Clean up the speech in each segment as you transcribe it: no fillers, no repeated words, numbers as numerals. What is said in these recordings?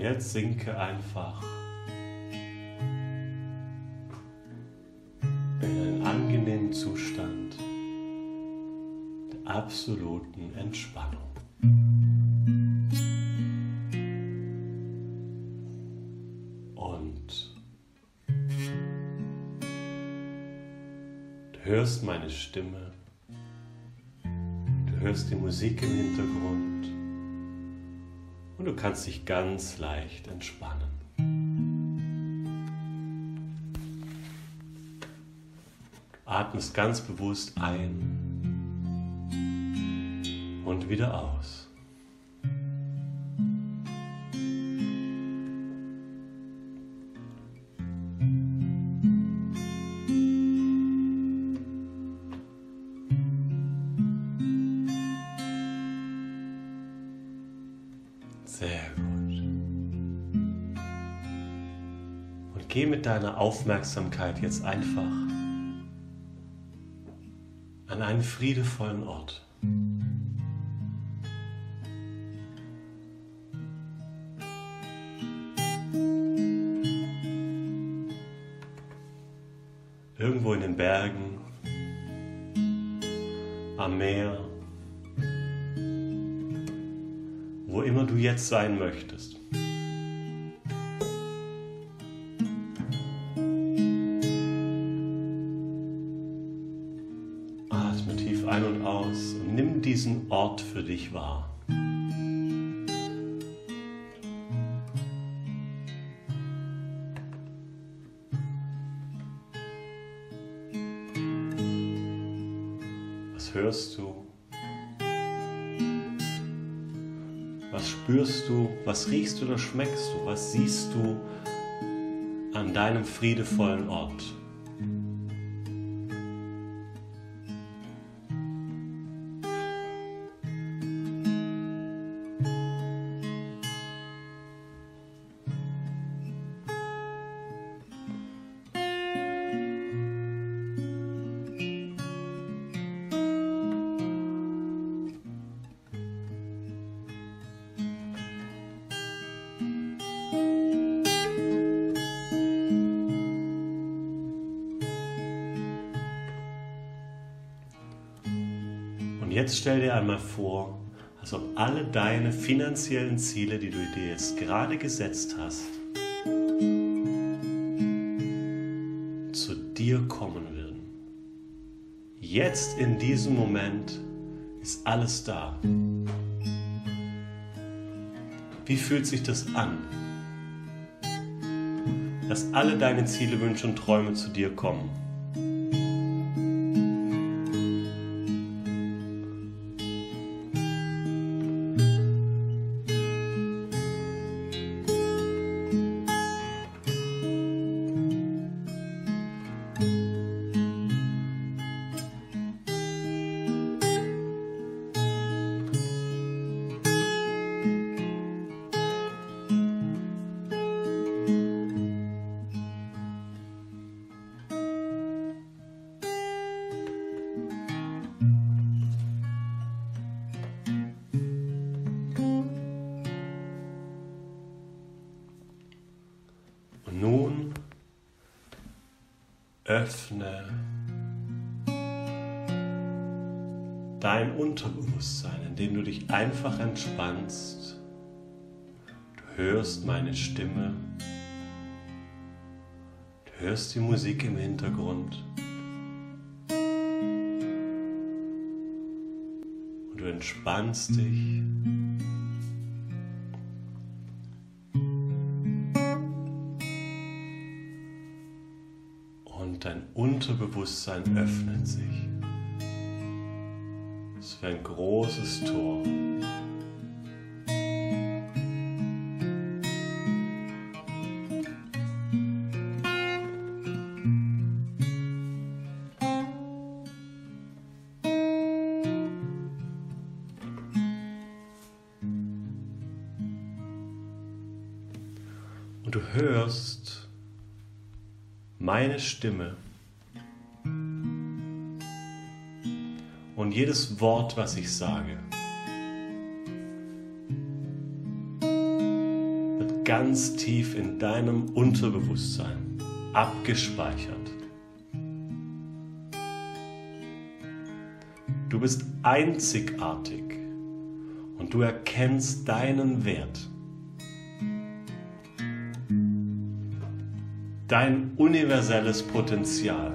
jetzt sinke einfach in einen angenehmen Zustand der absoluten Entspannung. Und du hörst meine Stimme, du hörst die Musik im Hintergrund und du kannst dich ganz leicht entspannen. Du atmest ganz bewusst ein und wieder aus. Sehr gut. Und geh mit deiner Aufmerksamkeit jetzt einfach an einen friedevollen Ort. Irgendwo in den Bergen, am Meer, wo immer du jetzt sein möchtest. Atme tief ein und aus und nimm diesen Ort für dich wahr. Was hörst du? Was spürst du? Was riechst du oder schmeckst du? Was siehst du an deinem friedevollen Ort? Und jetzt stell dir einmal vor, als ob alle deine finanziellen Ziele, die du dir jetzt gerade gesetzt hast, zu dir kommen würden. Jetzt in diesem Moment ist alles da. Wie fühlt sich das an, dass alle deine Ziele, Wünsche und Träume zu dir kommen? Nun öffne dein Unterbewusstsein, indem du dich einfach entspannst. Du hörst meine Stimme, du hörst die Musik im Hintergrund und du entspannst dich. Und dein Unterbewusstsein öffnet sich. Es ist wie ein großes Tor. Und du hörst meine Stimme und jedes Wort, was ich sage, wird ganz tief in deinem Unterbewusstsein abgespeichert. Du bist einzigartig und du erkennst deinen Wert. Dein universelles Potenzial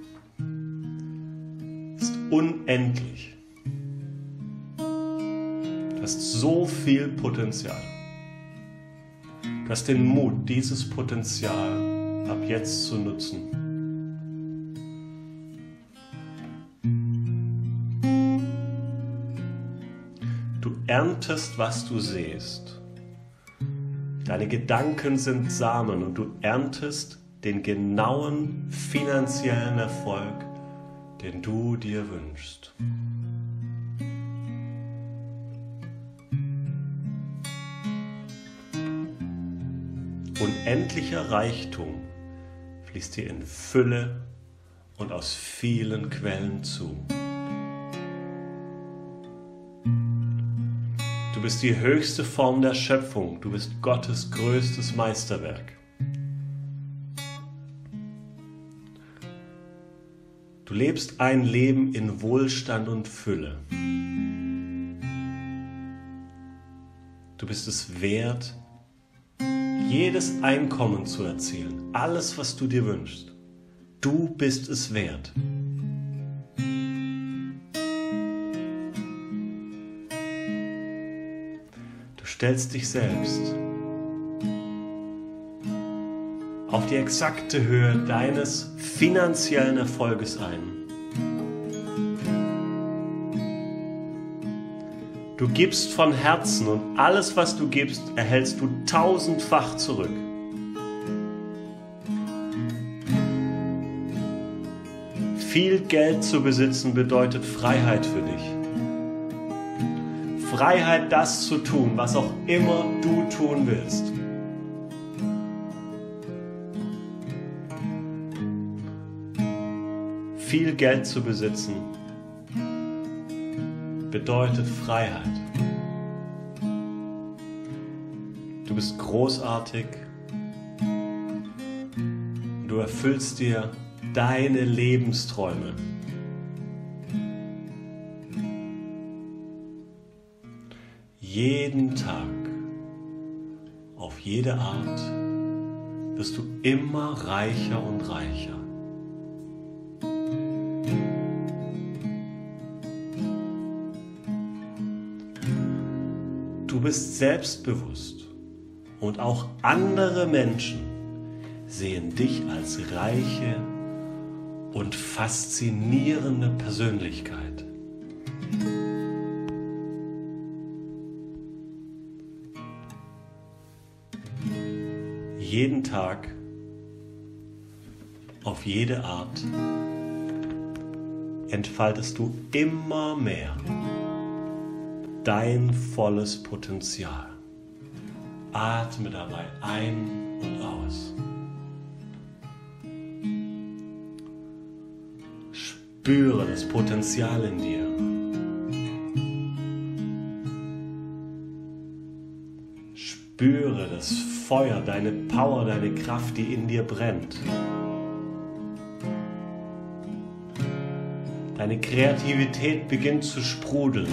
ist unendlich. Du hast so viel Potenzial. Du hast den Mut, dieses Potenzial ab jetzt zu nutzen. Du erntest, was du sähst. Deine Gedanken sind Samen und du erntest den genauen finanziellen Erfolg, den du dir wünschst. Unendlicher Reichtum fließt dir in Fülle und aus vielen Quellen zu. Du bist die höchste Form der Schöpfung, du bist Gottes größtes Meisterwerk. Du lebst ein Leben in Wohlstand und Fülle. Du bist es wert, jedes Einkommen zu erzielen, alles, was du dir wünschst. Du bist es wert. Du stellst dich selbst auf die exakte Höhe deines finanziellen Erfolges ein. Du gibst von Herzen und alles, was du gibst, erhältst du 1000-fach zurück. Viel Geld zu besitzen bedeutet Freiheit für dich. Freiheit, das zu tun, was auch immer du tun willst. Viel Geld zu besitzen bedeutet Freiheit. Du bist großartig. Du erfüllst dir deine Lebensträume. Jeden Tag, auf jede Art, wirst du immer reicher und reicher. Du bist selbstbewusst und auch andere Menschen sehen dich als reiche und faszinierende Persönlichkeit. Jeden Tag, auf jede Art, entfaltest du immer mehr dein volles Potenzial. Atme dabei ein und aus. Spüre das Potenzial in dir. Spüre das Feuer, deine Power, deine Kraft, die in dir brennt. Deine Kreativität beginnt zu sprudeln.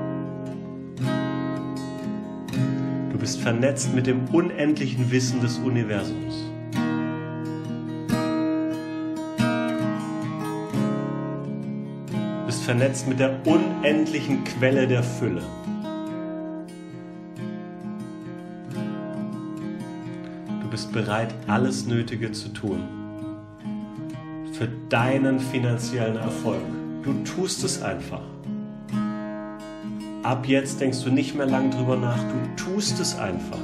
Du bist vernetzt mit dem unendlichen Wissen des Universums. Du bist vernetzt mit der unendlichen Quelle der Fülle. Du bist bereit, alles Nötige zu tun für deinen finanziellen Erfolg. Du tust es einfach. Ab jetzt denkst du nicht mehr lang drüber nach, du tust es einfach.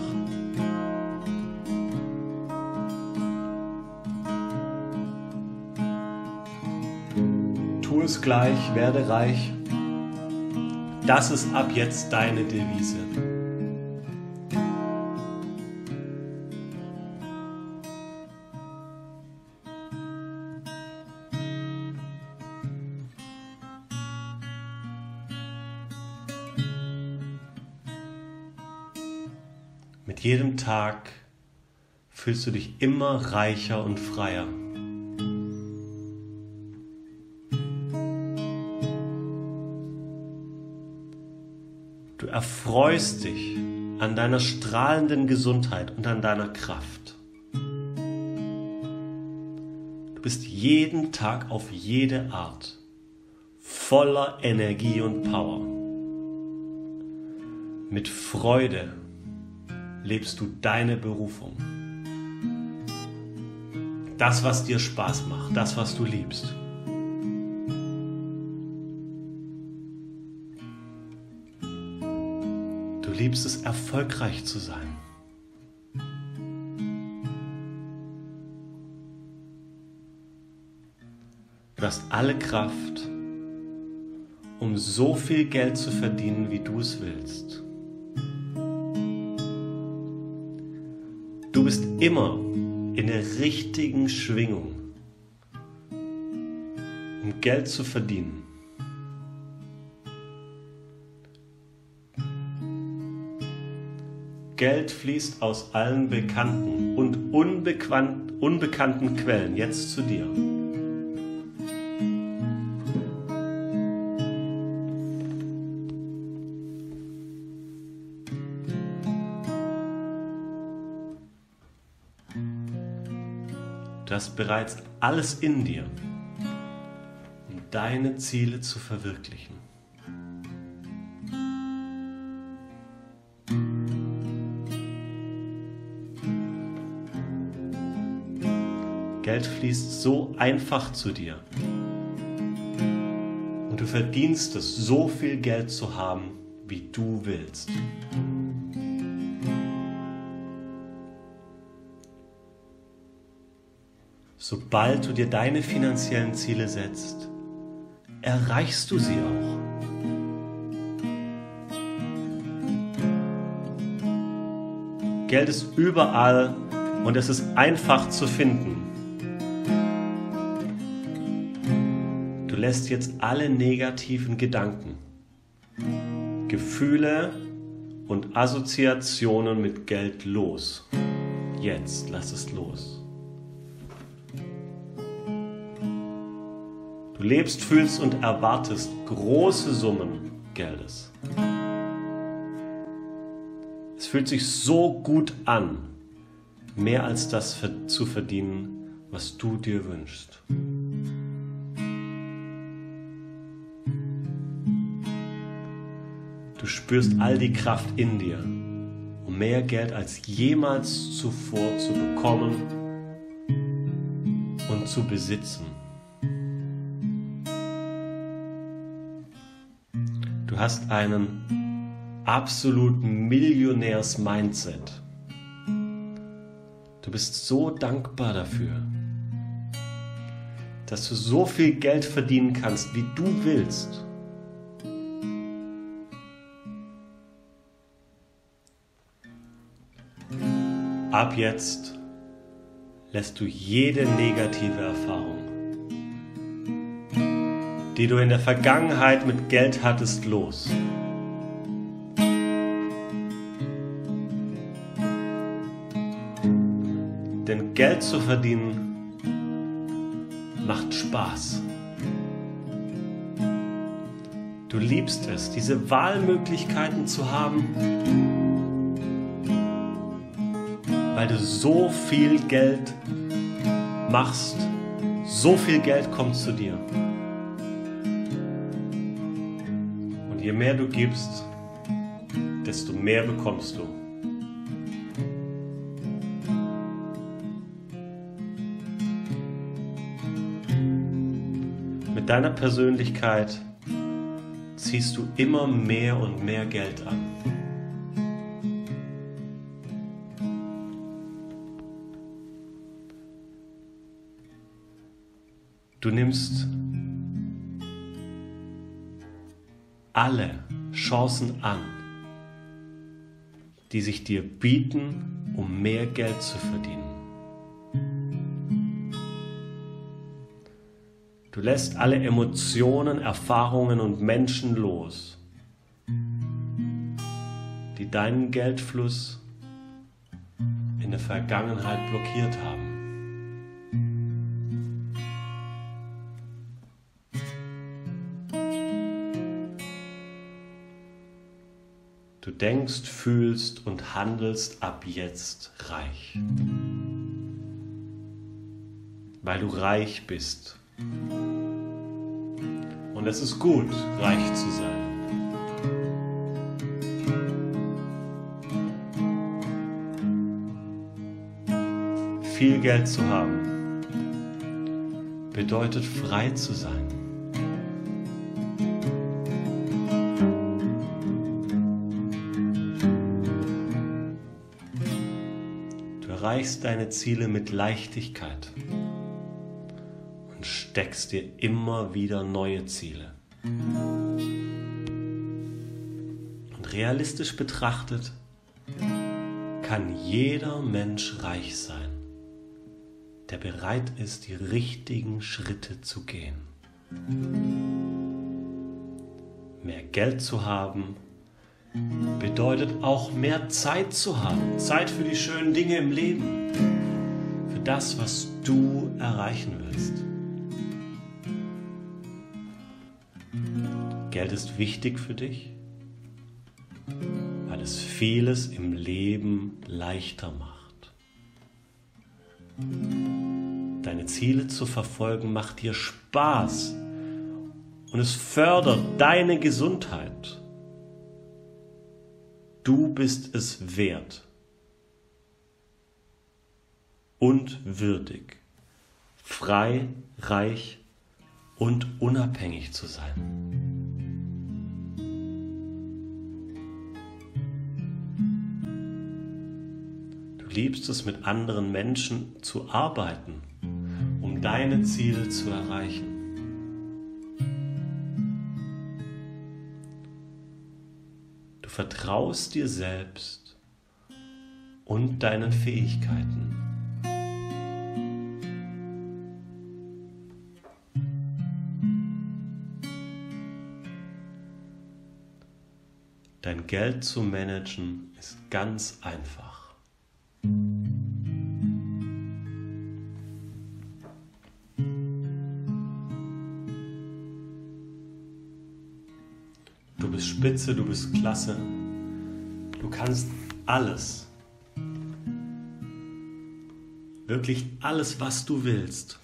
Tu es gleich, werde reich. Das ist ab jetzt deine Devise. Mit jedem Tag fühlst du dich immer reicher und freier. Du erfreust dich an deiner strahlenden Gesundheit und an deiner Kraft. Du bist jeden Tag auf jede Art voller Energie und Power. Mit Freude lebst du deine Berufung. Das, was dir Spaß macht, das, was du liebst. Du liebst es, erfolgreich zu sein. Du hast alle Kraft, um so viel Geld zu verdienen, wie du es willst. Du bist immer in der richtigen Schwingung, um Geld zu verdienen. Geld fließt aus allen bekannten und unbekannten Quellen jetzt zu dir. Du hast bereits alles in dir, um deine Ziele zu verwirklichen. Geld fließt so einfach zu dir. Und du verdienst es, so viel Geld zu haben, wie du willst. Sobald du dir deine finanziellen Ziele setzt, erreichst du sie auch. Geld ist überall und es ist einfach zu finden. Du lässt jetzt alle negativen Gedanken, Gefühle und Assoziationen mit Geld los. Jetzt lass es los. Du lebst, fühlst und erwartest große Summen Geldes. Es fühlt sich so gut an, mehr als das zu verdienen, was du dir wünschst. Du spürst all die Kraft in dir, um mehr Geld als jemals zuvor zu bekommen und zu besitzen. Du hast einen absoluten Millionärs-Mindset. Du bist so dankbar dafür, dass du so viel Geld verdienen kannst, wie du willst. Ab jetzt lässt du jede negative Erfahrung, die du in der Vergangenheit mit Geld hattest, los. Denn Geld zu verdienen macht Spaß. Du liebst es, diese Wahlmöglichkeiten zu haben, weil du so viel Geld machst, so viel Geld kommt zu dir. Und je mehr du gibst, desto mehr bekommst du. Mit deiner Persönlichkeit ziehst du immer mehr und mehr Geld an. Du nimmst alle Chancen an, die sich dir bieten, um mehr Geld zu verdienen. Du lässt alle Emotionen, Erfahrungen und Menschen los, die deinen Geldfluss in der Vergangenheit blockiert haben. Du denkst, fühlst und handelst ab jetzt reich. Weil du reich bist. Und es ist gut, reich zu sein. Viel Geld zu haben bedeutet frei zu sein. Du erreichst deine Ziele mit Leichtigkeit und steckst dir immer wieder neue Ziele. Und realistisch betrachtet kann jeder Mensch reich sein, der bereit ist, die richtigen Schritte zu gehen. Mehr Geld zu haben bedeutet auch mehr Zeit zu haben. Zeit für die schönen Dinge im Leben. Für das, was du erreichen willst. Geld ist wichtig für dich, weil es vieles im Leben leichter macht. Deine Ziele zu verfolgen macht dir Spaß und es fördert deine Gesundheit. Du bist es wert und würdig, frei, reich und unabhängig zu sein. Du liebst es, mit anderen Menschen zu arbeiten, um deine Ziele zu erreichen. Du vertraust dir selbst und deinen Fähigkeiten. Dein Geld zu managen ist ganz einfach. Du bist spitze, du bist klasse. Du kannst alles. Wirklich alles, was du willst.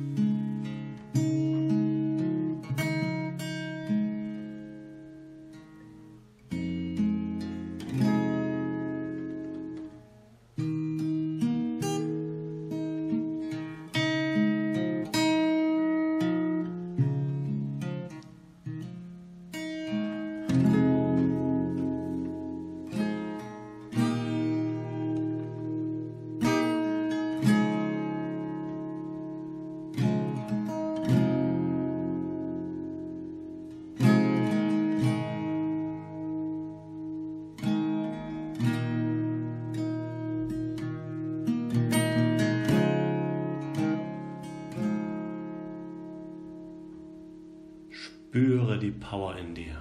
Spüre die Power in dir.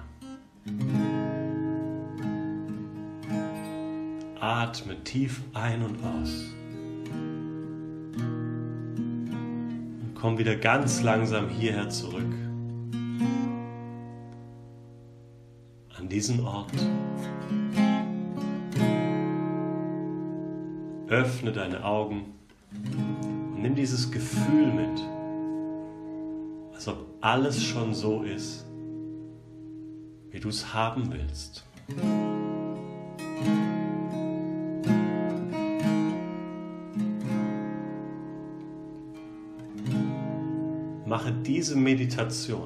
Atme tief ein und aus. Und komm wieder ganz langsam hierher zurück. An diesen Ort. Öffne deine Augen und nimm dieses Gefühl mit, als ob alles schon so ist, wie du es haben willst. Mache diese Meditation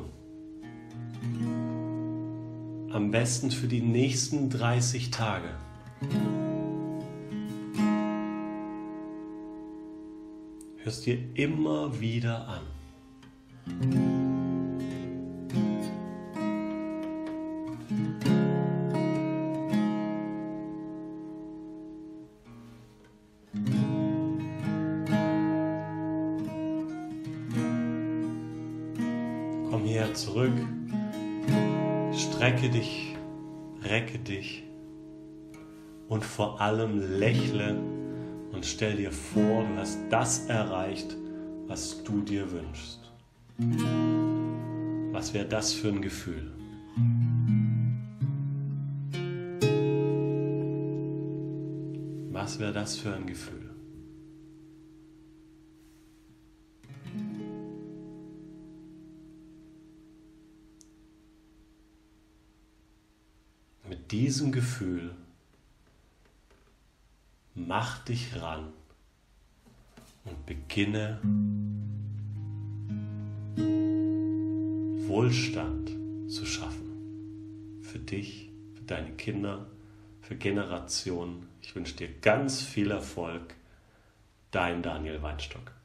am besten für die nächsten 30 Tage. Hörst dir immer wieder an. Komm hierher zurück, strecke dich, recke dich und vor allem lächle Und stell dir vor, du hast das erreicht, was du dir wünschst. Was wäre das für ein Gefühl? Was wäre das für ein Gefühl? Mit diesem Gefühl mach dich ran und beginne Wohlstand zu schaffen. Für dich, für deine Kinder, für Generationen. Ich wünsche dir ganz viel Erfolg. Dein Daniel Weinstock.